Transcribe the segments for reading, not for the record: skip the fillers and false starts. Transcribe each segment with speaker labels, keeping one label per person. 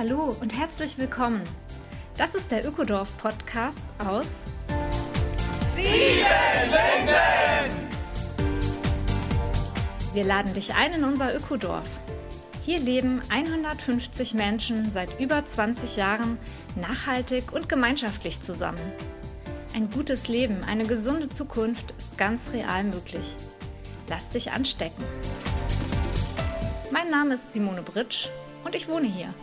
Speaker 1: Hallo und herzlich willkommen. Das ist der Ökodorf-Podcast aus
Speaker 2: Siebenlinden!
Speaker 1: Wir laden dich ein in unser Ökodorf. Hier leben 150 Menschen seit über 20 Jahren nachhaltig und gemeinschaftlich zusammen. Ein gutes Leben, eine gesunde Zukunft ist ganz real möglich. Lass dich anstecken. Mein Name ist Simone Britsch und ich wohne hier.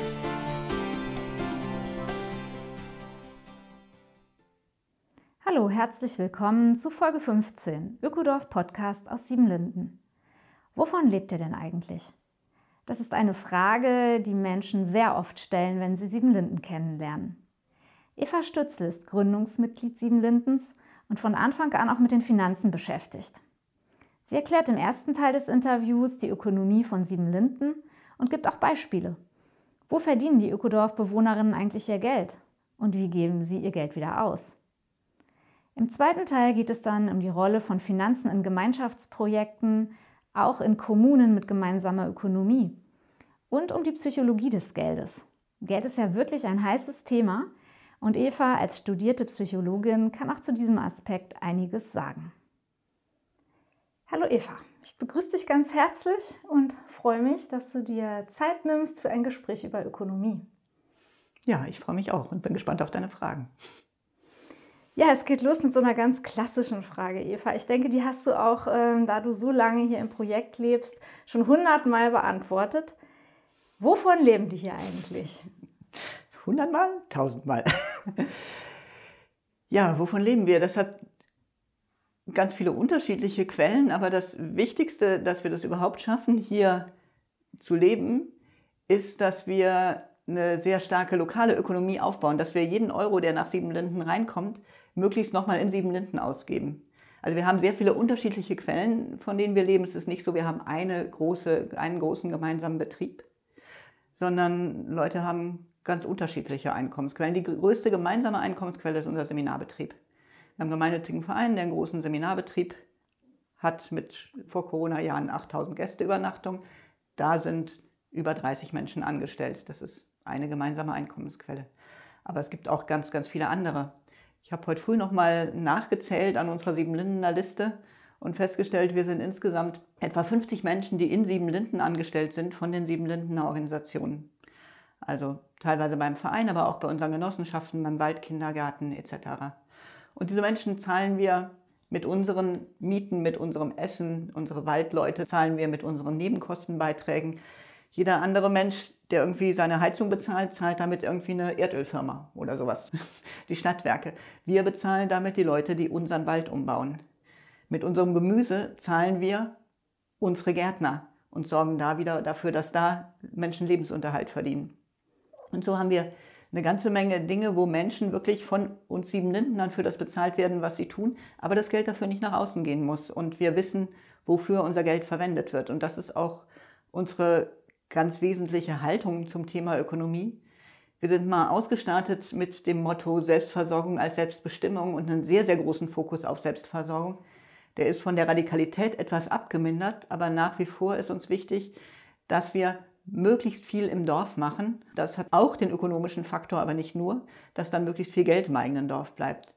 Speaker 1: Hallo, herzlich willkommen zu Folge 15, Ökodorf Podcast aus Siebenlinden. Wovon lebt ihr denn eigentlich? Das ist eine Frage, die Menschen sehr oft stellen, wenn sie Siebenlinden kennenlernen. Eva Stützle ist Gründungsmitglied Siebenlindens und von Anfang an auch mit den Finanzen beschäftigt. Sie erklärt im ersten Teil des Interviews die Ökonomie von Siebenlinden und gibt auch Beispiele. Wo verdienen die Ökodorf-Bewohnerinnen eigentlich ihr Geld? Und wie geben sie ihr Geld wieder aus? Im zweiten Teil geht es dann um die Rolle von Finanzen in Gemeinschaftsprojekten, auch in Kommunen mit gemeinsamer Ökonomie und um die Psychologie des Geldes. Geld ist ja wirklich ein heißes Thema und Eva als studierte Psychologin kann auch zu diesem Aspekt einiges sagen. Hallo Eva, ich begrüße dich ganz herzlich und freue mich, dass du dir Zeit nimmst für ein Gespräch über Ökonomie.
Speaker 2: Ja, ich freue mich auch und bin gespannt auf deine Fragen.
Speaker 1: Ja, es geht los mit so einer ganz klassischen Frage, Eva. Ich denke, die hast du auch, da du so lange hier im Projekt lebst, schon 100-mal beantwortet. Wovon leben die hier eigentlich?
Speaker 2: 100-mal? 1000-mal. Ja, wovon leben wir? Das hat ganz viele unterschiedliche Quellen, aber das Wichtigste, dass wir das überhaupt schaffen, hier zu leben, ist, dass wir eine sehr starke lokale Ökonomie aufbauen, dass wir jeden Euro, der nach Siebenlinden reinkommt, möglichst nochmal in Siebenlinden ausgeben. Also wir haben sehr viele unterschiedliche Quellen, von denen wir leben. Es ist nicht so, wir haben einen großen gemeinsamen Betrieb, sondern Leute haben ganz unterschiedliche Einkommensquellen. Die größte gemeinsame Einkommensquelle ist unser Seminarbetrieb. Wir haben einen gemeinnützigen Verein, der einen großen Seminarbetrieb hat mit vor Corona-Jahren 8000 Gästeübernachtungen. Da sind über 30 Menschen angestellt. Das ist eine gemeinsame Einkommensquelle. Aber es gibt auch ganz, ganz viele andere. Ich habe heute früh noch mal nachgezählt an unserer Siebenlindener Liste und festgestellt, wir sind insgesamt etwa 50 Menschen, die in Siebenlinden angestellt sind von den Siebenlindener Organisationen. Also teilweise beim Verein, aber auch bei unseren Genossenschaften, beim Waldkindergarten etc. Und diese Menschen zahlen wir mit unseren Mieten, mit unserem Essen, unsere Waldleute zahlen wir mit unseren Nebenkostenbeiträgen. Jeder andere Mensch, der irgendwie seine Heizung bezahlt, zahlt damit irgendwie eine Erdölfirma oder sowas, die Stadtwerke. Wir bezahlen damit die Leute, die unseren Wald umbauen. Mit unserem Gemüse zahlen wir unsere Gärtner und sorgen da wieder dafür, dass da Menschen Lebensunterhalt verdienen. Und so haben wir eine ganze Menge Dinge, wo Menschen wirklich von uns Siebenlindnern für das bezahlt werden, was sie tun, aber das Geld dafür nicht nach außen gehen muss. Und wir wissen, wofür unser Geld verwendet wird. Und das ist auch unsere ganz wesentliche Haltung zum Thema Ökonomie. Wir sind mal ausgestartet mit dem Motto Selbstversorgung als Selbstbestimmung und einen sehr, sehr großen Fokus auf Selbstversorgung. Der ist von der Radikalität etwas abgemindert, aber nach wie vor ist uns wichtig, dass wir möglichst viel im Dorf machen. Das hat auch den ökonomischen Faktor, aber nicht nur, dass dann möglichst viel Geld im eigenen Dorf bleibt.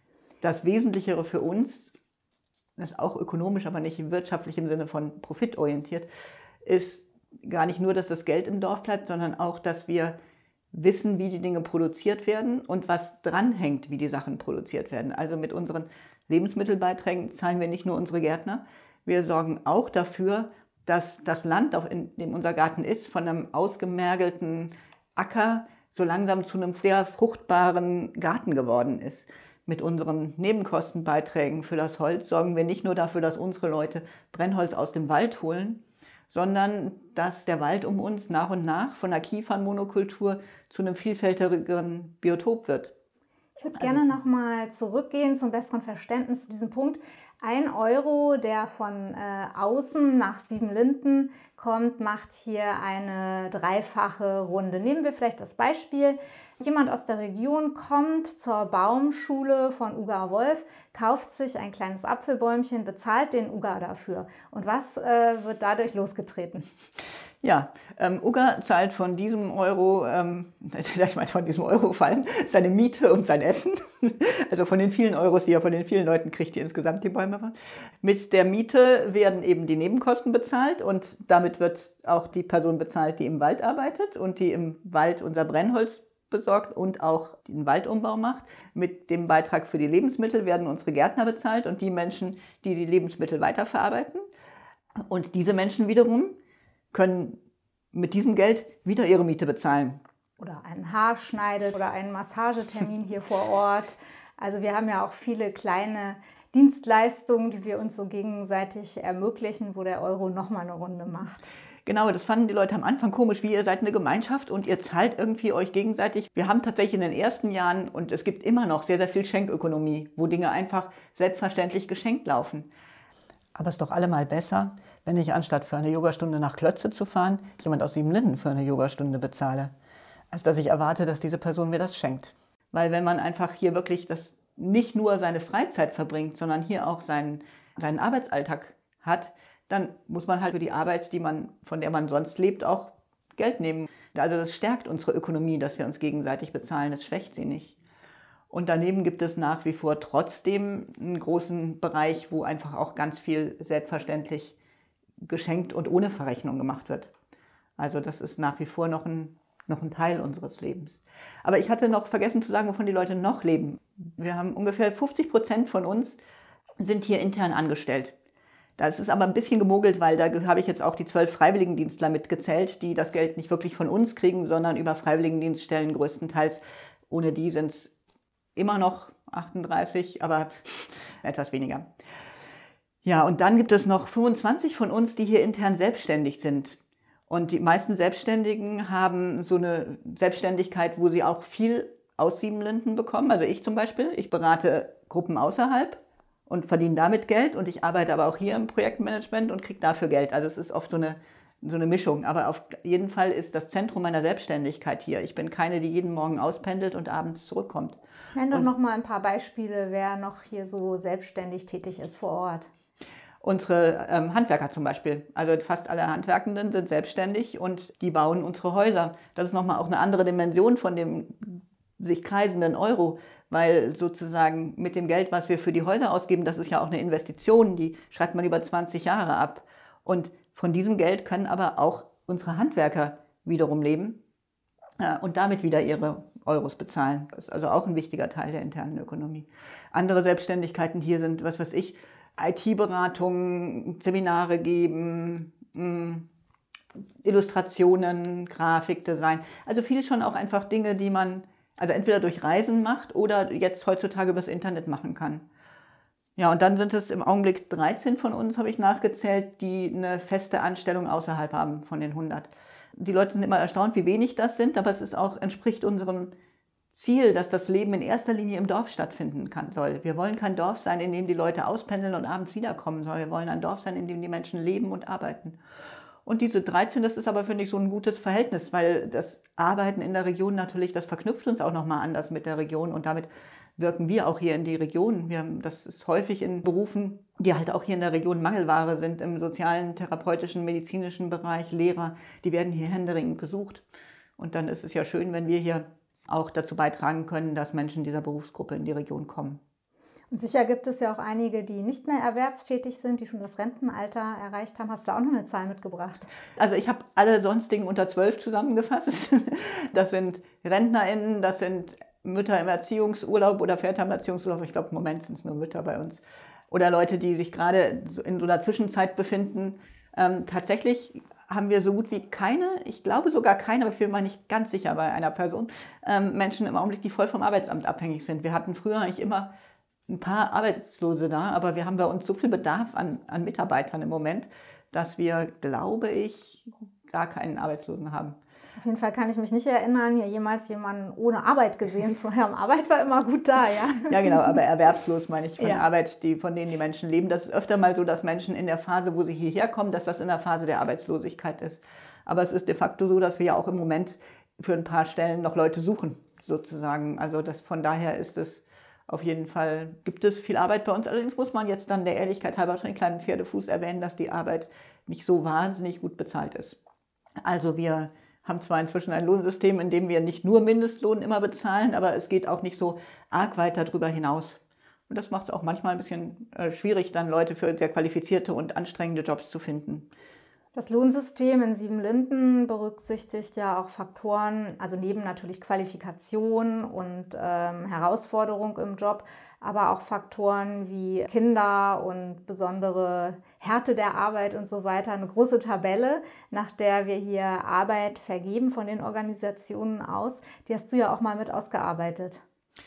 Speaker 2: Das Wesentlichere für uns, das ist auch ökonomisch, aber nicht wirtschaftlich im Sinne von profitorientiert, ist gar nicht nur, dass das Geld im Dorf bleibt, sondern auch, dass wir wissen, wie die Dinge produziert werden und was dranhängt, wie die Sachen produziert werden. Also mit unseren Lebensmittelbeiträgen zahlen wir nicht nur unsere Gärtner, wir sorgen auch dafür, dass das Land, in dem unser Garten ist, von einem ausgemergelten Acker so langsam zu einem sehr fruchtbaren Garten geworden ist. Mit unseren Nebenkostenbeiträgen für das Holz sorgen wir nicht nur dafür, dass unsere Leute Brennholz aus dem Wald holen, sondern dass der Wald um uns nach und nach von der Kiefernmonokultur zu einem vielfältigeren Biotop wird.
Speaker 1: Ich würde gerne nochmal zurückgehen zum besseren Verständnis zu diesem Punkt. 1 Euro, der von außen nach Siebenlinden kommt, macht hier eine dreifache Runde. Nehmen wir vielleicht das Beispiel, Jemand aus der Region kommt zur Baumschule von Uga Wolf, kauft sich ein kleines Apfelbäumchen, bezahlt den Uga dafür. Und was wird dadurch losgetreten?
Speaker 2: Ja, Uga zahlt von diesem Euro, ich meine von diesem Euro fallen, seine Miete und sein Essen. Also von den vielen Euros, die er von den vielen Leuten kriegt, die insgesamt die Bäume waren. Mit der Miete werden eben die Nebenkosten bezahlt und damit wird auch die Person bezahlt, die im Wald arbeitet und die im Wald unser Brennholz besorgt und auch den Waldumbau macht. Mit dem Beitrag für die Lebensmittel werden unsere Gärtner bezahlt und die Menschen, die die Lebensmittel weiterverarbeiten. Und diese Menschen wiederum können mit diesem Geld wieder ihre Miete bezahlen.
Speaker 1: Oder ein Haar schneidet oder einen Massagetermin hier vor Ort. Also wir haben ja auch viele kleine Dienstleistungen, die wir uns so gegenseitig ermöglichen, wo der Euro nochmal eine Runde macht.
Speaker 2: Genau, das fanden die Leute am Anfang komisch, wie ihr seid eine Gemeinschaft und ihr zahlt irgendwie euch gegenseitig. Wir haben tatsächlich in den ersten Jahren, und es gibt immer noch sehr, sehr viel Schenkökonomie, wo Dinge einfach selbstverständlich geschenkt laufen. Aber es ist doch allemal besser, wenn ich anstatt für eine Yogastunde nach Klötze zu fahren, jemand aus Siebenlinden für eine Yogastunde bezahle, als dass ich erwarte, dass diese Person mir das schenkt. Weil wenn man einfach hier wirklich das nicht nur seine Freizeit verbringt, sondern hier auch seinen Arbeitsalltag hat, dann muss man halt für die Arbeit, von der man sonst lebt, auch Geld nehmen. Also das stärkt unsere Ökonomie, dass wir uns gegenseitig bezahlen, das schwächt sie nicht. Und daneben gibt es nach wie vor trotzdem einen großen Bereich, wo einfach auch ganz viel selbstverständlich geschenkt und ohne Verrechnung gemacht wird. Also das ist nach wie vor noch ein Teil unseres Lebens. Aber ich hatte noch vergessen zu sagen, wovon die Leute noch leben. Wir haben ungefähr 50% von uns sind hier intern angestellt. Das ist aber ein bisschen gemogelt, weil da habe ich jetzt auch die 12 Freiwilligendienstler mitgezählt, die das Geld nicht wirklich von uns kriegen, sondern über Freiwilligendienststellen größtenteils. Ohne die sind es immer noch 38, aber etwas weniger. Ja, und dann gibt es noch 25 von uns, die hier intern selbstständig sind. Und die meisten Selbstständigen haben so eine Selbstständigkeit, wo sie auch viel aus Siebenlinden bekommen. Also ich zum Beispiel, ich berate Gruppen außerhalb und verdiene damit Geld und ich arbeite aber auch hier im Projektmanagement und kriege dafür Geld. Also es ist oft so eine Mischung. Aber auf jeden Fall ist das Zentrum meiner Selbstständigkeit hier. Ich bin keine, die jeden Morgen auspendelt und abends zurückkommt.
Speaker 1: Nenn doch noch mal ein paar Beispiele, wer noch hier so selbstständig tätig ist vor Ort.
Speaker 2: Unsere Handwerker zum Beispiel, also fast alle Handwerkenden sind selbstständig und die bauen unsere Häuser. Das ist nochmal auch eine andere Dimension von dem sich kreisenden Euro, weil sozusagen mit dem Geld, was wir für die Häuser ausgeben, das ist ja auch eine Investition, die schreibt man über 20 Jahre ab. Und von diesem Geld können aber auch unsere Handwerker wiederum leben und damit wieder ihre Euros bezahlen. Das ist also auch ein wichtiger Teil der internen Ökonomie. Andere Selbstständigkeiten hier sind, was weiß ich, IT-Beratung, Seminare geben, Illustrationen, Grafikdesign. Also viel schon auch einfach Dinge, die man also entweder durch Reisen macht oder jetzt heutzutage übers Internet machen kann. Ja, und dann sind es im Augenblick 13 von uns, habe ich nachgezählt, die eine feste Anstellung außerhalb haben von den 100. Die Leute sind immer erstaunt, wie wenig das sind, aber entspricht unserem Ziel, dass das Leben in erster Linie im Dorf stattfinden soll. Wir wollen kein Dorf sein, in dem die Leute auspendeln und abends wiederkommen, sondern wir wollen ein Dorf sein, in dem die Menschen leben und arbeiten. Und diese 13, das ist aber, finde ich, so ein gutes Verhältnis, weil das Arbeiten in der Region natürlich, das verknüpft uns auch nochmal anders mit der Region und damit wirken wir auch hier in die Region. Das ist häufig in Berufen, die halt auch hier in der Region Mangelware sind, im sozialen, therapeutischen, medizinischen Bereich, Lehrer, die werden hier händeringend gesucht. Und dann ist es ja schön, wenn wir hier auch dazu beitragen können, dass Menschen dieser Berufsgruppe in die Region kommen.
Speaker 1: Und sicher gibt es ja auch einige, die nicht mehr erwerbstätig sind, die schon das Rentenalter erreicht haben. Hast du auch noch eine Zahl mitgebracht?
Speaker 2: Also ich habe alle sonstigen unter 12 zusammengefasst. Das sind RentnerInnen, das sind Mütter im Erziehungsurlaub oder Väter im Erziehungsurlaub. Ich glaube, im Moment sind es nur Mütter bei uns. Oder Leute, die sich gerade in so einer Zwischenzeit befinden. Tatsächlich haben wir so gut wie keine, ich glaube sogar keine, aber ich bin mir nicht ganz sicher bei einer Person, Menschen im Augenblick, die voll vom Arbeitsamt abhängig sind. Wir hatten früher eigentlich immer ein paar Arbeitslose da, aber wir haben bei uns so viel Bedarf an Mitarbeitern im Moment, dass wir, glaube ich, gar keinen Arbeitslosen haben.
Speaker 1: Auf jeden Fall kann ich mich nicht erinnern, hier jemals jemanden ohne Arbeit gesehen zu haben. Arbeit war immer gut da, ja.
Speaker 2: Ja, genau, aber erwerbslos meine ich von Arbeit, von denen die Menschen leben. Das ist öfter mal so, dass Menschen in der Phase, wo sie hierher kommen, dass das in der Phase der Arbeitslosigkeit ist. Aber es ist de facto so, dass wir ja auch im Moment für ein paar Stellen noch Leute suchen. sozusagen. Also von daher ist es auf jeden Fall, gibt es viel Arbeit bei uns. Allerdings muss man jetzt dann der Ehrlichkeit halber schon einen kleinen Pferdefuß erwähnen, dass die Arbeit nicht so wahnsinnig gut bezahlt ist. Also wir haben zwar inzwischen ein Lohnsystem, in dem wir nicht nur Mindestlohn immer bezahlen, aber es geht auch nicht so arg weit darüber hinaus. Und das macht es auch manchmal ein bisschen schwierig, dann Leute für sehr qualifizierte und anstrengende Jobs zu finden.
Speaker 1: Das Lohnsystem in Siebenlinden berücksichtigt ja auch Faktoren, also neben natürlich Qualifikation und Herausforderung im Job, aber auch Faktoren wie Kinder und besondere Härte der Arbeit und so weiter. Eine große Tabelle, nach der wir hier Arbeit vergeben von den Organisationen aus. Die hast du ja auch mal mit ausgearbeitet.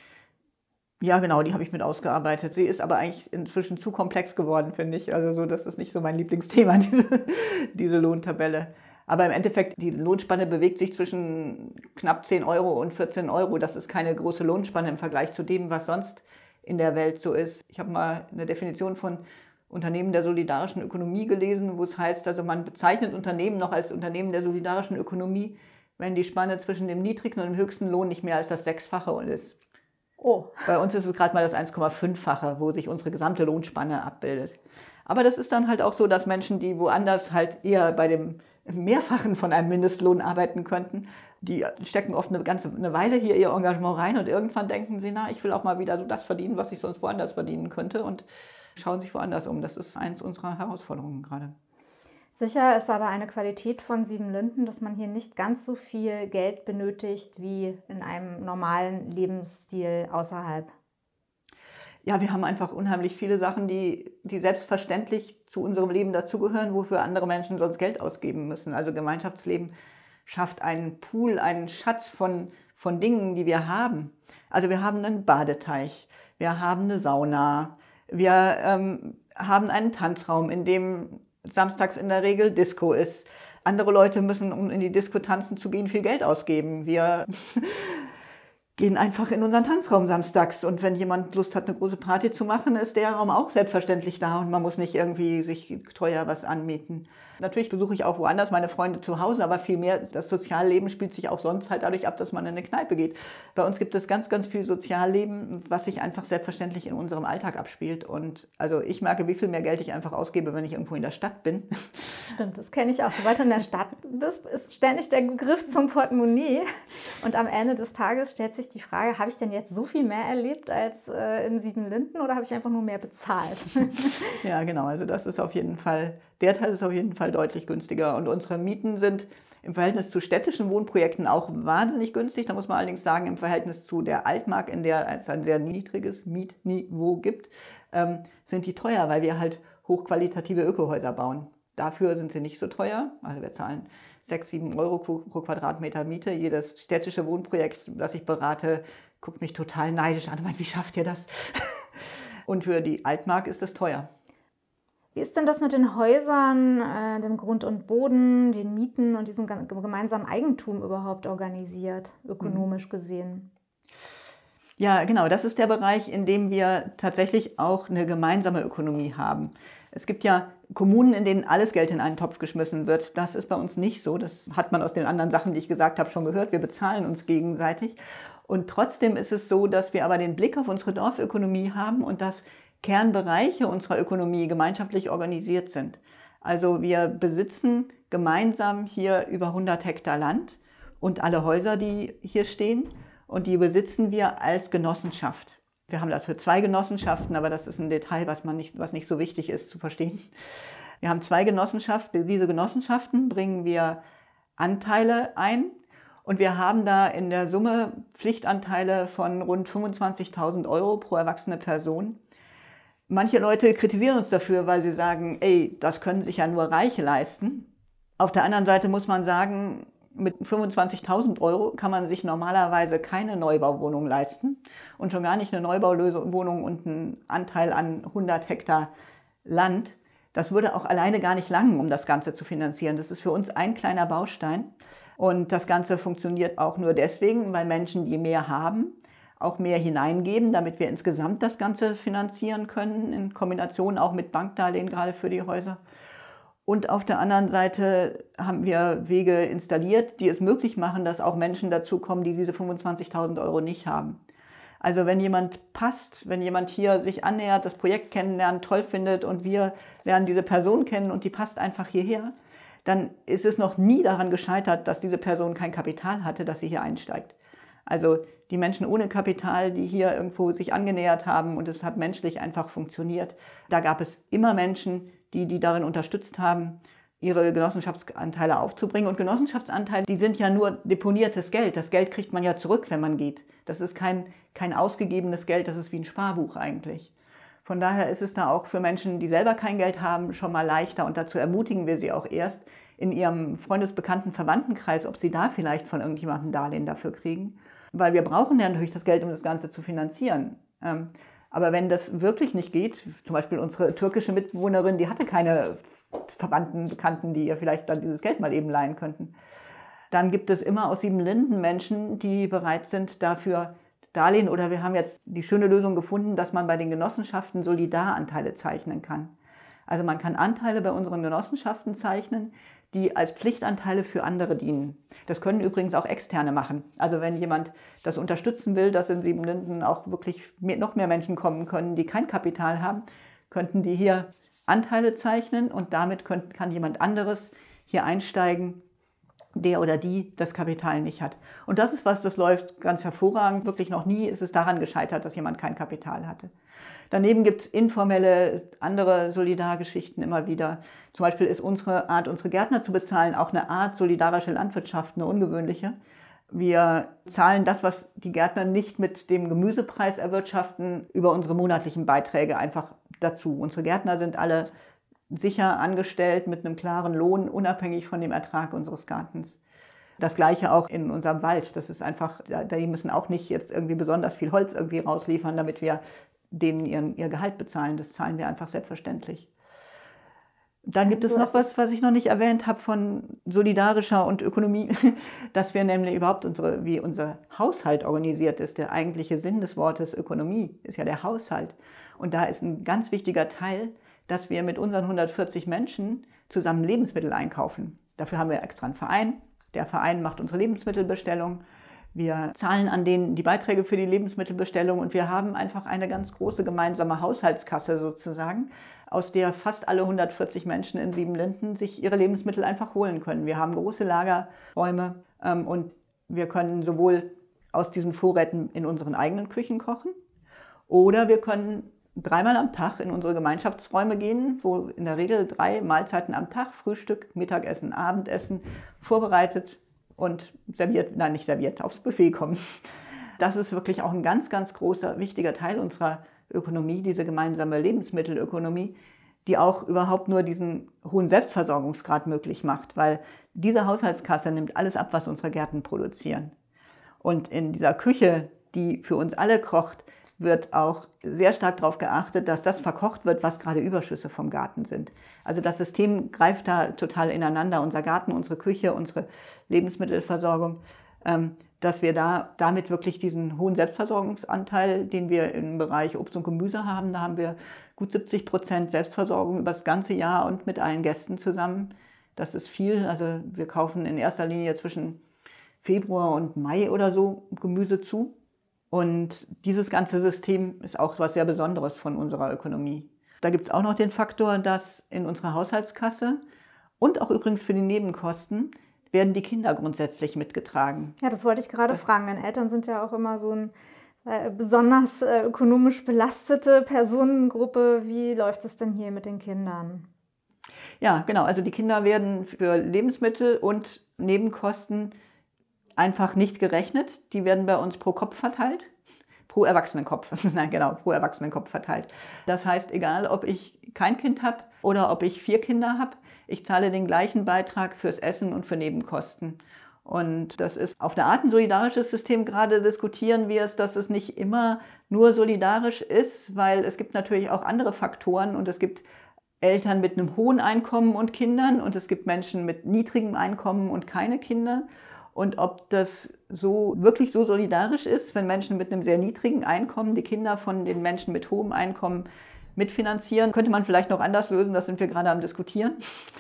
Speaker 2: Ja, genau, die habe ich mit ausgearbeitet. Sie ist aber eigentlich inzwischen zu komplex geworden, finde ich. Also so, das ist nicht so mein Lieblingsthema, diese Lohntabelle. Aber im Endeffekt, die Lohnspanne bewegt sich zwischen knapp 10 Euro und 14 Euro. Das ist keine große Lohnspanne im Vergleich zu dem, was sonst in der Welt so ist. Ich habe mal eine Definition von Unternehmen der solidarischen Ökonomie gelesen, wo es heißt, also man bezeichnet Unternehmen noch als Unternehmen der solidarischen Ökonomie, wenn die Spanne zwischen dem niedrigsten und dem höchsten Lohn nicht mehr als das Sechsfache ist. Oh. Bei uns ist es gerade mal das 1,5-fache, wo sich unsere gesamte Lohnspanne abbildet. Aber das ist dann halt auch so, dass Menschen, die woanders halt eher bei dem Mehrfachen von einem Mindestlohn arbeiten könnten, die stecken oft eine Weile hier ihr Engagement rein und irgendwann denken sie, na, ich will auch mal wieder das verdienen, was ich sonst woanders verdienen könnte, und schauen sich woanders um. Das ist eins unserer Herausforderungen gerade.
Speaker 1: Sicher ist aber eine Qualität von Siebenlinden, dass man hier nicht ganz so viel Geld benötigt wie in einem normalen Lebensstil außerhalb.
Speaker 2: Ja, wir haben einfach unheimlich viele Sachen, die selbstverständlich zu unserem Leben dazugehören, wofür andere Menschen sonst Geld ausgeben müssen. Also Gemeinschaftsleben schafft einen Pool, einen Schatz von Dingen, die wir haben. Also wir haben einen Badeteich, wir haben eine Sauna, wir haben einen Tanzraum, in dem samstags in der Regel Disco ist. Andere Leute müssen, um in die Disco tanzen zu gehen, viel Geld ausgeben. Wir gehen einfach in unseren Tanzraum samstags, und wenn jemand Lust hat, eine große Party zu machen, ist der Raum auch selbstverständlich da und man muss nicht irgendwie sich teuer was anmieten. Natürlich besuche ich auch woanders meine Freunde zu Hause, aber vielmehr das Sozialleben spielt sich auch sonst halt dadurch ab, dass man in eine Kneipe geht. Bei uns gibt es ganz, ganz viel Sozialleben, was sich einfach selbstverständlich in unserem Alltag abspielt. Und also ich merke, wie viel mehr Geld ich einfach ausgebe, wenn ich irgendwo in der Stadt bin.
Speaker 1: Stimmt, das kenne ich auch. Sobald du in der Stadt bist, ist ständig der Griff zum Portemonnaie. Und am Ende des Tages stellt sich die Frage, habe ich denn jetzt so viel mehr erlebt als in Siebenlinden oder habe ich einfach nur mehr bezahlt?
Speaker 2: Ja, genau. Also das ist auf jeden Fall, der Teil ist auf jeden Fall deutlich günstiger. Und unsere Mieten sind im Verhältnis zu städtischen Wohnprojekten auch wahnsinnig günstig. Da muss man allerdings sagen, im Verhältnis zu der Altmark, in der es ein sehr niedriges Mietniveau gibt, sind die teuer, weil wir halt hochqualitative Ökohäuser bauen. Dafür sind sie nicht so teuer. Also wir zahlen 6, 7 Euro pro Quadratmeter Miete. Jedes städtische Wohnprojekt, das ich berate, guckt mich total neidisch an und meint, wie schafft ihr das? Und für die Altmark ist das teuer.
Speaker 1: Wie ist denn das mit den Häusern, dem Grund und Boden, den Mieten und diesem gemeinsamen Eigentum überhaupt organisiert, ökonomisch gesehen?
Speaker 2: Ja, genau, das ist der Bereich, in dem wir tatsächlich auch eine gemeinsame Ökonomie haben. Es gibt ja Kommunen, in denen alles Geld in einen Topf geschmissen wird. Das ist bei uns nicht so. Das hat man aus den anderen Sachen, die ich gesagt habe, schon gehört. Wir bezahlen uns gegenseitig. Und trotzdem ist es so, dass wir aber den Blick auf unsere Dorfökonomie haben und dass Kernbereiche unserer Ökonomie gemeinschaftlich organisiert sind. Also wir besitzen gemeinsam hier über 100 Hektar Land und alle Häuser, die hier stehen, und die besitzen wir als Genossenschaft. Wir haben dafür 2 Genossenschaften, aber das ist ein Detail, was nicht so wichtig ist zu verstehen. Wir haben 2 Genossenschaften. Diese Genossenschaften bringen wir Anteile ein. Und wir haben da in der Summe Pflichtanteile von rund 25.000 Euro pro erwachsene Person. Manche Leute kritisieren uns dafür, weil sie sagen, ey, das können sich ja nur Reiche leisten. Auf der anderen Seite muss man sagen, mit 25.000 Euro kann man sich normalerweise keine Neubauwohnung leisten und schon gar nicht eine Neubauwohnung und einen Anteil an 100 Hektar Land. Das würde auch alleine gar nicht langen, um das Ganze zu finanzieren. Das ist für uns ein kleiner Baustein. Und das Ganze funktioniert auch nur deswegen, weil Menschen, die mehr haben, auch mehr hineingeben, damit wir insgesamt das Ganze finanzieren können, in Kombination auch mit Bankdarlehen, gerade für die Häuser. Und auf der anderen Seite haben wir Wege installiert, die es möglich machen, dass auch Menschen dazukommen, die diese 25.000 Euro nicht haben. Also wenn jemand passt, wenn jemand hier sich annähert, das Projekt kennenlernt, toll findet und wir lernen diese Person kennen und die passt einfach hierher, dann ist es noch nie daran gescheitert, dass diese Person kein Kapital hatte, dass sie hier einsteigt. Also die Menschen ohne Kapital, die hier irgendwo sich angenähert haben und es hat menschlich einfach funktioniert, da gab es immer Menschen, die darin unterstützt haben, ihre Genossenschaftsanteile aufzubringen. Und Genossenschaftsanteile, die sind ja nur deponiertes Geld. Das Geld kriegt man ja zurück, wenn man geht. Das ist kein ausgegebenes Geld, das ist wie ein Sparbuch eigentlich. Von daher ist es da auch für Menschen, die selber kein Geld haben, schon mal leichter. Und dazu ermutigen wir sie auch erst in ihrem Freundesbekannten Verwandtenkreis, ob sie da vielleicht von irgendjemandem Darlehen dafür kriegen. Weil wir brauchen ja natürlich das Geld, um das Ganze zu finanzieren. Aber wenn das wirklich nicht geht, zum Beispiel unsere türkische Mitbewohnerin, die hatte keine Verwandten, Bekannten, die ihr vielleicht dann dieses Geld mal eben leihen könnten, dann gibt es immer aus Siebenlinden Menschen, die bereit sind dafür Darlehen, oder wir haben jetzt die schöne Lösung gefunden, dass man bei den Genossenschaften Solidaranteile zeichnen kann. Also man kann Anteile bei unseren Genossenschaften zeichnen, die als Pflichtanteile für andere dienen. Das können übrigens auch Externe machen. Also wenn jemand das unterstützen will, dass in Siebenlinden auch wirklich noch mehr Menschen kommen können, die kein Kapital haben, könnten die hier Anteile zeichnen und damit kann jemand anderes hier einsteigen, der oder die das Kapital nicht hat. Und das ist was, das läuft ganz hervorragend. Wirklich noch nie ist es daran gescheitert, dass jemand kein Kapital hatte. Daneben gibt es informelle, andere Solidargeschichten immer wieder. Zum Beispiel ist unsere Art, unsere Gärtner zu bezahlen, auch eine Art solidarische Landwirtschaft, eine ungewöhnliche. Wir zahlen das, was die Gärtner nicht mit dem Gemüsepreis erwirtschaften, über unsere monatlichen Beiträge einfach dazu. Unsere Gärtner sind alle sicher angestellt mit einem klaren Lohn, unabhängig von dem Ertrag unseres Gartens. Das Gleiche auch in unserem Wald. Das ist einfach, die müssen auch nicht jetzt irgendwie besonders viel Holz irgendwie rausliefern, damit wir denen ihr Gehalt bezahlen. Das zahlen wir einfach selbstverständlich. Dann gibt es noch was ich noch nicht erwähnt habe von solidarischer und Ökonomie, dass wir nämlich überhaupt wie unser Haushalt organisiert ist. Der eigentliche Sinn des Wortes Ökonomie ist ja der Haushalt. Und da ist ein ganz wichtiger Teil, dass wir mit unseren 140 Menschen zusammen Lebensmittel einkaufen. Dafür haben wir extra einen Verein. Der Verein macht unsere Lebensmittelbestellung. Wir zahlen an denen die Beiträge für die Lebensmittelbestellung und wir haben einfach eine ganz große gemeinsame Haushaltskasse sozusagen, aus der fast alle 140 Menschen in Siebenlinden sich ihre Lebensmittel einfach holen können. Wir haben große Lagerräume und wir können sowohl aus diesen Vorräten in unseren eigenen Küchen kochen oder wir können 3-mal am Tag in unsere Gemeinschaftsräume gehen, wo in der Regel 3 Mahlzeiten am Tag, Frühstück, Mittagessen, Abendessen, vorbereitet und aufs Buffet kommen. Das ist wirklich auch ein ganz, ganz großer, wichtiger Teil unserer Ökonomie, diese gemeinsame Lebensmittelökonomie, die auch überhaupt nur diesen hohen Selbstversorgungsgrad möglich macht, weil diese Haushaltskasse nimmt alles ab, was unsere Gärten produzieren. Und in dieser Küche, die für uns alle kocht, wird auch sehr stark darauf geachtet, dass das verkocht wird, was gerade Überschüsse vom Garten sind. Also das System greift da total ineinander, unser Garten, unsere Küche, unsere Lebensmittelversorgung, dass wir damit wirklich diesen hohen Selbstversorgungsanteil, den wir im Bereich Obst und Gemüse haben, da haben wir gut 70% Selbstversorgung über das ganze Jahr und mit allen Gästen zusammen. Das ist viel, also wir kaufen in erster Linie zwischen Februar und Mai oder so Gemüse zu. Und dieses ganze System ist auch was sehr Besonderes von unserer Ökonomie. Da gibt es auch noch den Faktor, dass in unserer Haushaltskasse und auch übrigens für die Nebenkosten werden die Kinder grundsätzlich mitgetragen.
Speaker 1: Ja, das wollte ich gerade fragen. Deine Eltern sind ja auch immer so eine besonders ökonomisch belastete Personengruppe. Wie läuft es denn hier mit den Kindern?
Speaker 2: Ja, genau. Also die Kinder werden für Lebensmittel und Nebenkosten einfach nicht gerechnet. Die werden bei uns pro Kopf verteilt. Pro Erwachsenenkopf. Nein, genau, pro Erwachsenenkopf verteilt. Das heißt, egal ob ich kein Kind habe oder ob ich 4 Kinder habe, ich zahle den gleichen Beitrag fürs Essen und für Nebenkosten. Und das ist auf eine Art ein solidarisches System. Gerade diskutieren wir es, dass es nicht immer nur solidarisch ist, weil es gibt natürlich auch andere Faktoren und es gibt Eltern mit einem hohen Einkommen und Kindern und es gibt Menschen mit niedrigem Einkommen und keine Kinder. Und ob das wirklich so solidarisch ist, wenn Menschen mit einem sehr niedrigen Einkommen die Kinder von den Menschen mit hohem Einkommen mitfinanzieren, könnte man vielleicht noch anders lösen, das sind wir gerade am Diskutieren.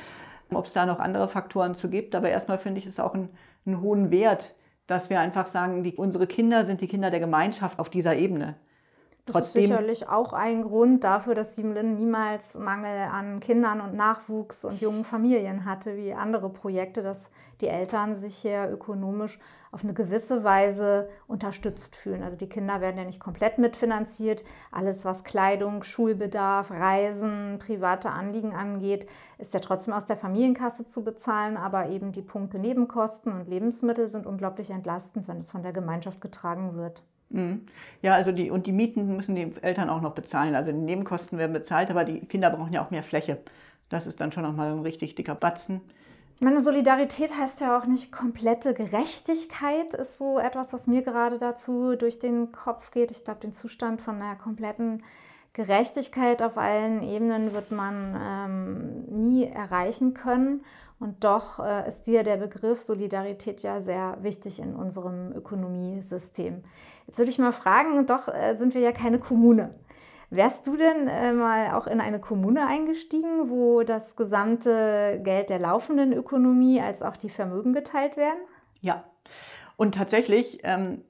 Speaker 2: ob es da noch andere Faktoren zu gibt. Aber erstmal finde ich es auch einen hohen Wert, dass wir einfach sagen, unsere Kinder sind die Kinder der Gemeinschaft auf dieser Ebene.
Speaker 1: Das ist sicherlich auch ein Grund dafür, dass Siebenlinden niemals Mangel an Kindern und Nachwuchs und jungen Familien hatte, wie andere Projekte, dass die Eltern sich hier ökonomisch auf eine gewisse Weise unterstützt fühlen. Also die Kinder werden ja nicht komplett mitfinanziert. Alles, was Kleidung, Schulbedarf, Reisen, private Anliegen angeht, ist ja trotzdem aus der Familienkasse zu bezahlen. Aber eben die Punkte Nebenkosten und Lebensmittel sind unglaublich entlastend, wenn es von der Gemeinschaft getragen wird.
Speaker 2: Ja, also die Mieten müssen die Eltern auch noch bezahlen. Also die Nebenkosten werden bezahlt, aber die Kinder brauchen ja auch mehr Fläche. Das ist dann schon nochmal ein richtig dicker Batzen.
Speaker 1: Meine Solidarität heißt ja auch nicht komplette Gerechtigkeit, ist so etwas, was mir gerade dazu durch den Kopf geht. Ich glaube, den Zustand von einer kompletten Gerechtigkeit auf allen Ebenen wird man nie erreichen können. Und doch ist dir der Begriff Solidarität ja sehr wichtig in unserem Ökonomiesystem. Jetzt würde ich mal fragen, doch sind wir ja keine Kommune. Wärst du denn mal auch in eine Kommune eingestiegen, wo das gesamte Geld der laufenden Ökonomie als auch die Vermögen geteilt werden?
Speaker 2: Ja, und tatsächlich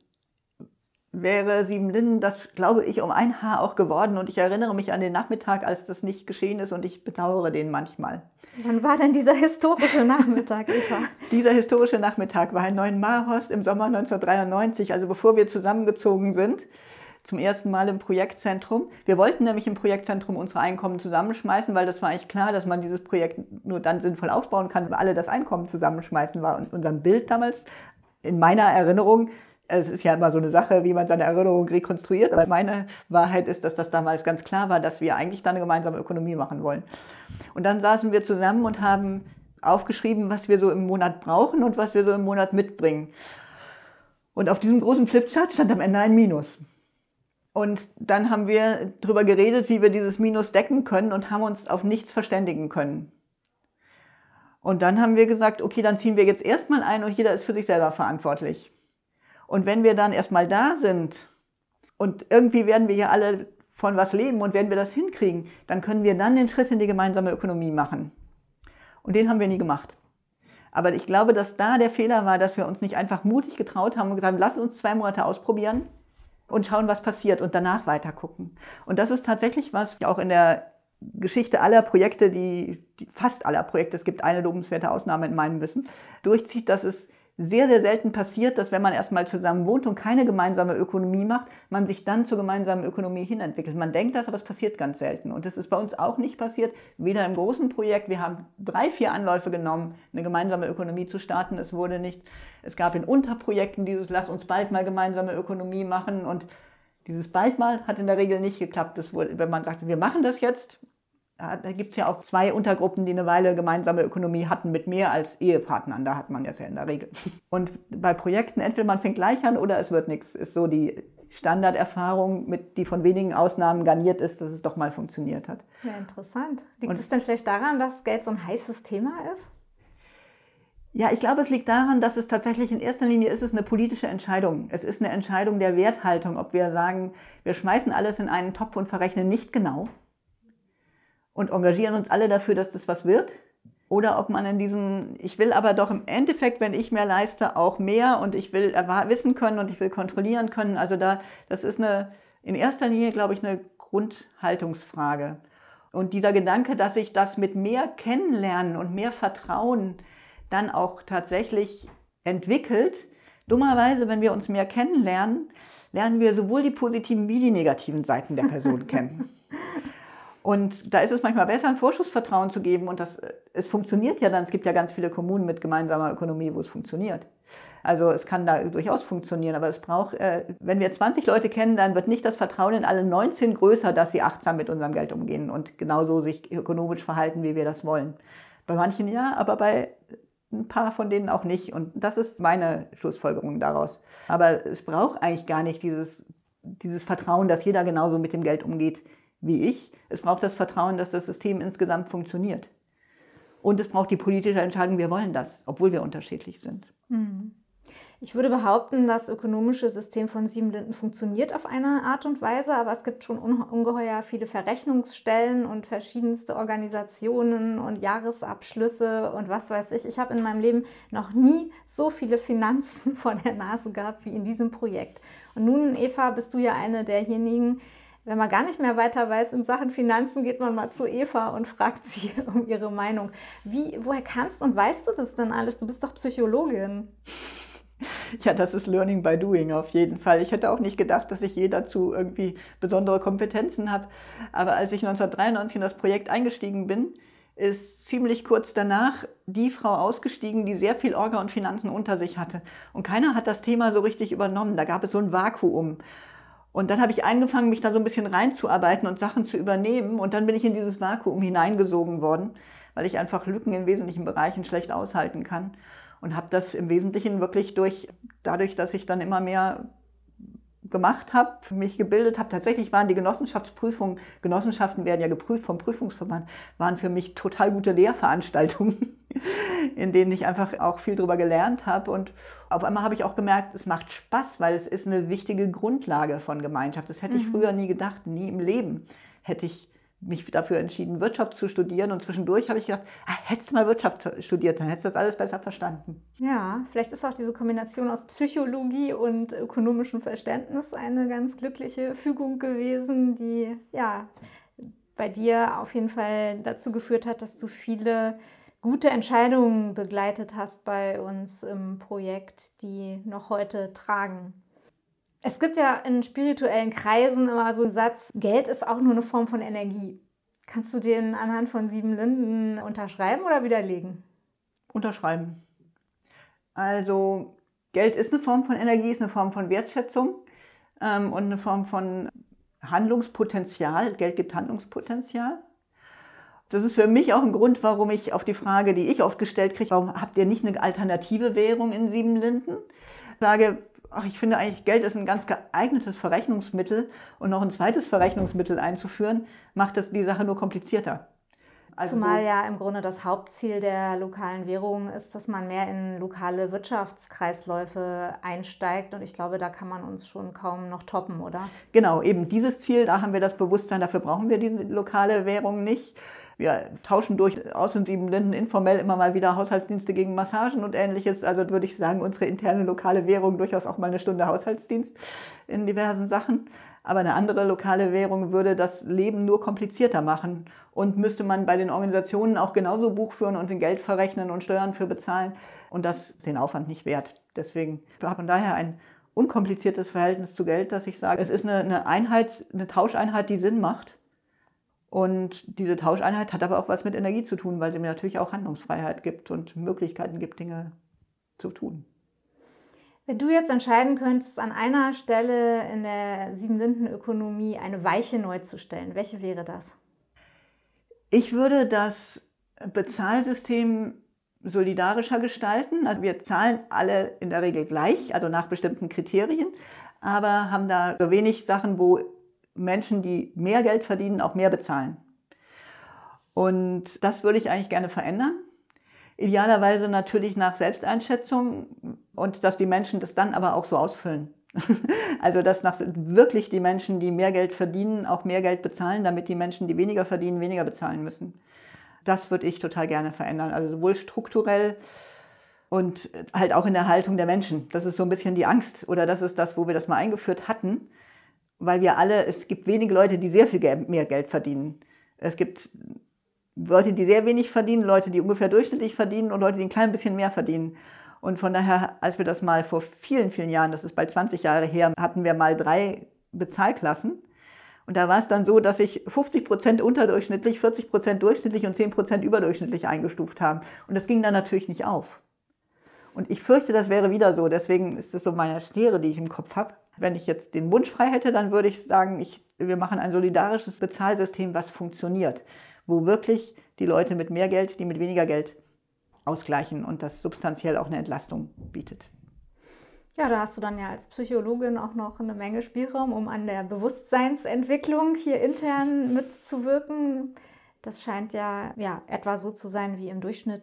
Speaker 2: wäre Siebenlinden das, glaube ich, um ein Haar auch geworden. Und ich erinnere mich an den Nachmittag, als das nicht geschehen ist und ich bedauere den manchmal.
Speaker 1: Wann war denn dieser historische Nachmittag, Eva?
Speaker 2: Dieser historische Nachmittag war in Neuenmarhorst im Sommer 1993, also bevor wir zusammengezogen sind, zum ersten Mal im Projektzentrum. Wir wollten nämlich im Projektzentrum unsere Einkommen zusammenschmeißen, weil das war eigentlich klar, dass man dieses Projekt nur dann sinnvoll aufbauen kann, wenn alle das Einkommen zusammenschmeißen war. Und unser Bild damals, in meiner Erinnerung, es ist ja immer so eine Sache, wie man seine Erinnerung rekonstruiert, aber meine Wahrheit ist, dass das damals ganz klar war, dass wir eigentlich da eine gemeinsame Ökonomie machen wollen. Und dann saßen wir zusammen und haben aufgeschrieben, was wir so im Monat brauchen und was wir so im Monat mitbringen. Und auf diesem großen Flipchart stand am Ende ein Minus. Und dann haben wir darüber geredet, wie wir dieses Minus decken können und haben uns auf nichts verständigen können. Und dann haben wir gesagt, okay, dann ziehen wir jetzt erstmal ein und jeder ist für sich selber verantwortlich. Und wenn wir dann erstmal da sind und irgendwie werden wir hier alle von was leben und werden wir das hinkriegen, dann können wir dann den Schritt in die gemeinsame Ökonomie machen. Und den haben wir nie gemacht. Aber ich glaube, dass da der Fehler war, dass wir uns nicht einfach mutig getraut haben und gesagt haben, lass uns 2 Monate ausprobieren und schauen, was passiert und danach weiter gucken. Und das ist tatsächlich was, auch in der Geschichte aller Projekte, fast aller Projekte, es gibt eine lobenswerte Ausnahme in meinem Wissen, durchzieht, dass es sehr, sehr selten passiert, dass wenn man erstmal zusammen wohnt und keine gemeinsame Ökonomie macht, man sich dann zur gemeinsamen Ökonomie hinentwickelt. Man denkt das, aber es passiert ganz selten. Und das ist bei uns auch nicht passiert, weder im großen Projekt. Wir haben 3, 4 Anläufe genommen, eine gemeinsame Ökonomie zu starten. Es wurde nicht. Es gab in Unterprojekten dieses Lass uns bald mal gemeinsame Ökonomie machen. Und dieses bald mal hat in der Regel nicht geklappt. Wenn man sagt, wir machen das jetzt, da gibt es ja auch 2 Untergruppen, die eine Weile gemeinsame Ökonomie hatten mit mehr als Ehepartnern. Da hat man das ja in der Regel. Und bei Projekten, entweder man fängt gleich an oder es wird nichts. Ist so die Standarderfahrung, die von wenigen Ausnahmen garniert ist, dass es doch mal funktioniert hat.
Speaker 1: Ja, interessant. Liegt es denn vielleicht daran, dass Geld so ein heißes Thema ist?
Speaker 2: Ja, ich glaube, es liegt daran, dass es tatsächlich in erster Linie ist eine politische Entscheidung. Es ist eine Entscheidung der Werthaltung, ob wir sagen, wir schmeißen alles in einen Topf und verrechnen nicht genau und engagieren uns alle dafür, dass das was wird. Oder ob man ich will aber doch im Endeffekt, wenn ich mehr leiste, auch mehr und ich will wissen können und ich will kontrollieren können. Also das ist in erster Linie, glaube ich, eine Grundhaltungsfrage. Und dieser Gedanke, dass sich das mit mehr Kennenlernen und mehr Vertrauen dann auch tatsächlich entwickelt. Dummerweise, wenn wir uns mehr kennenlernen, lernen wir sowohl die positiven wie die negativen Seiten der Person kennen. Und da ist es manchmal besser, ein Vorschussvertrauen zu geben. Und es funktioniert ja dann. Es gibt ja ganz viele Kommunen mit gemeinsamer Ökonomie, wo es funktioniert. Also es kann da durchaus funktionieren. Aber es braucht, wenn wir 20 Leute kennen, dann wird nicht das Vertrauen in alle 19 größer, dass sie achtsam mit unserem Geld umgehen und genauso sich ökonomisch verhalten, wie wir das wollen. Bei manchen ja, aber bei ein paar von denen auch nicht. Und das ist meine Schlussfolgerung daraus. Aber es braucht eigentlich gar nicht dieses Vertrauen, dass jeder genauso mit dem Geld umgeht wie ich. Es braucht das Vertrauen, dass das System insgesamt funktioniert. Und es braucht die politische Entscheidung, wir wollen das, obwohl wir unterschiedlich sind.
Speaker 1: Mhm. Ich würde behaupten, das ökonomische System von Siebenlinden funktioniert auf eine Art und Weise, aber es gibt schon ungeheuer viele Verrechnungsstellen und verschiedenste Organisationen und Jahresabschlüsse und was weiß ich. Ich habe in meinem Leben noch nie so viele Finanzen vor der Nase gehabt wie in diesem Projekt. Und nun, Eva, bist du ja eine derjenigen, wenn man gar nicht mehr weiter weiß in Sachen Finanzen, geht man mal zu Eva und fragt sie um ihre Meinung. Woher kannst und weißt du das denn alles? Du bist doch Psychologin.
Speaker 2: Ja, das ist Learning by Doing auf jeden Fall. Ich hätte auch nicht gedacht, dass ich je dazu irgendwie besondere Kompetenzen habe. Aber als ich 1993 in das Projekt eingestiegen bin, ist ziemlich kurz danach die Frau ausgestiegen, die sehr viel Orga und Finanzen unter sich hatte. Und keiner hat das Thema so richtig übernommen. Da gab es so ein Vakuum. Und dann habe ich angefangen, mich da so ein bisschen reinzuarbeiten und Sachen zu übernehmen. Und dann bin ich in dieses Vakuum hineingesogen worden, weil ich einfach Lücken in wesentlichen Bereichen schlecht aushalten kann. Und habe das im Wesentlichen wirklich dadurch, dass ich dann immer mehr gemacht habe, mich gebildet habe. Tatsächlich waren die Genossenschaftsprüfungen, Genossenschaften werden ja geprüft vom Prüfungsverband, waren für mich total gute Lehrveranstaltungen, in denen ich einfach auch viel drüber gelernt habe. Und auf einmal habe ich auch gemerkt, es macht Spaß, weil es ist eine wichtige Grundlage von Gemeinschaft. Das hätte ich früher nie gedacht, nie im Leben hätte ich mich dafür entschieden, Wirtschaft zu studieren. Und zwischendurch habe ich gedacht, hättest du mal Wirtschaft studiert, dann hättest du das alles besser verstanden.
Speaker 1: Ja, vielleicht ist auch diese Kombination aus Psychologie und ökonomischem Verständnis eine ganz glückliche Fügung gewesen, die ja bei dir auf jeden Fall dazu geführt hat, dass du viele gute Entscheidungen begleitet hast bei uns im Projekt, die noch heute tragen. Es gibt ja in spirituellen Kreisen immer so einen Satz, Geld ist auch nur eine Form von Energie. Kannst du den anhand von Siebenlinden unterschreiben oder widerlegen?
Speaker 2: Unterschreiben. Also Geld ist eine Form von Energie, ist eine Form von Wertschätzung und eine Form von Handlungspotenzial. Geld gibt Handlungspotenzial. Das ist für mich auch ein Grund, warum ich auf die Frage, die ich oft gestellt kriege, warum habt ihr nicht eine alternative Währung in Siebenlinden? Sage, ich finde eigentlich, Geld ist ein ganz geeignetes Verrechnungsmittel und noch ein zweites Verrechnungsmittel einzuführen, macht das die Sache nur komplizierter.
Speaker 1: Also zumal ja im Grunde das Hauptziel der lokalen Währung ist, dass man mehr in lokale Wirtschaftskreisläufe einsteigt und ich glaube, da kann man uns schon kaum noch toppen, oder?
Speaker 2: Genau, eben dieses Ziel, da haben wir das Bewusstsein, dafür brauchen wir die lokale Währung nicht. Wir tauschen durchaus in Siebenlinden informell immer mal wieder Haushaltsdienste gegen Massagen und Ähnliches. Also würde ich sagen, unsere interne lokale Währung durchaus auch mal eine Stunde Haushaltsdienst in diversen Sachen. Aber eine andere lokale Währung würde das Leben nur komplizierter machen und müsste man bei den Organisationen auch genauso Buch führen und den Geld verrechnen und Steuern für bezahlen. Und das ist den Aufwand nicht wert. Deswegen habe ich daher ein unkompliziertes Verhältnis zu Geld, dass ich sage, es ist eine Einheit, eine Tauscheinheit, die Sinn macht. Und diese Tauscheinheit hat aber auch was mit Energie zu tun, weil sie mir natürlich auch Handlungsfreiheit gibt und Möglichkeiten gibt, Dinge zu tun.
Speaker 1: Wenn du jetzt entscheiden könntest, an einer Stelle in der Siebenlinden-Ökonomie eine Weiche neu zu stellen, welche wäre das?
Speaker 2: Ich würde das Bezahlsystem solidarischer gestalten. Also wir zahlen alle in der Regel gleich, also nach bestimmten Kriterien, aber haben da so wenig Sachen, wo Menschen, die mehr Geld verdienen, auch mehr bezahlen. Und das würde ich eigentlich gerne verändern. Idealerweise natürlich nach Selbsteinschätzung und dass die Menschen das dann aber auch so ausfüllen. Also dass wirklich die Menschen, die mehr Geld verdienen, auch mehr Geld bezahlen, damit die Menschen, die weniger verdienen, weniger bezahlen müssen. Das würde ich total gerne verändern. Also sowohl strukturell und halt auch in der Haltung der Menschen. Das ist so ein bisschen die Angst oder das ist das, wo wir das mal eingeführt hatten. Weil es gibt wenige Leute, die sehr viel mehr Geld verdienen. Es gibt Leute, die sehr wenig verdienen, Leute, die ungefähr durchschnittlich verdienen und Leute, die ein klein bisschen mehr verdienen. Und von daher, als wir das mal vor vielen, vielen Jahren, das ist bald 20 Jahre her, hatten wir mal 3 Bezahlklassen. Und da war es dann so, dass sich 50% unterdurchschnittlich, 40% durchschnittlich und 10% überdurchschnittlich eingestuft haben. Und das ging dann natürlich nicht auf. Und ich fürchte, das wäre wieder so. Deswegen ist das so meine Schere, die ich im Kopf habe. Wenn ich jetzt den Wunsch frei hätte, dann würde ich sagen, wir machen ein solidarisches Bezahlsystem, was funktioniert. Wo wirklich die Leute mit mehr Geld, die mit weniger Geld ausgleichen und das substanziell auch eine Entlastung bietet.
Speaker 1: Ja, da hast du dann ja als Psychologin auch noch eine Menge Spielraum, um an der Bewusstseinsentwicklung hier intern mitzuwirken. Das scheint ja etwa so zu sein wie im Durchschnitt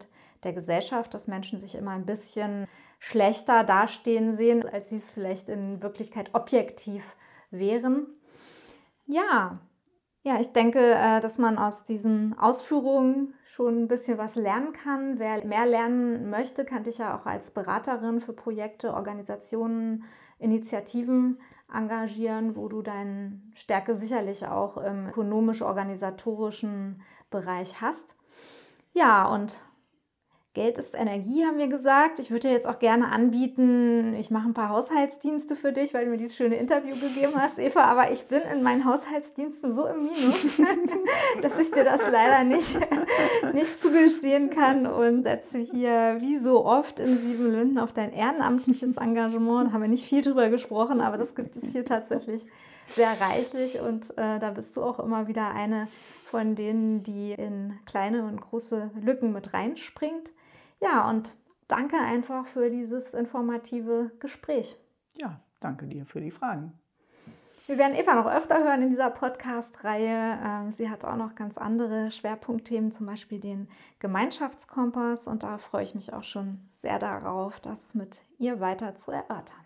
Speaker 1: der Gesellschaft, dass Menschen sich immer ein bisschen schlechter dastehen sehen, als sie es vielleicht in Wirklichkeit objektiv wären. Ja, ich denke, dass man aus diesen Ausführungen schon ein bisschen was lernen kann. Wer mehr lernen möchte, kann dich ja auch als Beraterin für Projekte, Organisationen, Initiativen engagieren, wo du deine Stärke sicherlich auch im ökonomisch-organisatorischen Bereich hast. Ja, und Geld ist Energie, haben wir gesagt. Ich würde dir jetzt auch gerne anbieten, ich mache ein paar Haushaltsdienste für dich, weil du mir dieses schöne Interview gegeben hast, Eva. Aber ich bin in meinen Haushaltsdiensten so im Minus, dass ich dir das leider nicht zugestehen kann und setze hier, wie so oft in Siebenlinden, auf dein ehrenamtliches Engagement. Da haben wir nicht viel drüber gesprochen, aber das gibt es hier tatsächlich sehr reichlich. Und da bist du auch immer wieder eine von denen, die in kleine und große Lücken mit reinspringt. Ja, und danke einfach für dieses informative Gespräch.
Speaker 2: Ja, danke dir für die Fragen.
Speaker 1: Wir werden Eva noch öfter hören in dieser Podcast-Reihe. Sie hat auch noch ganz andere Schwerpunktthemen, zum Beispiel den Gemeinschaftskompass. Und da freue ich mich auch schon sehr darauf, das mit ihr weiter zu erörtern.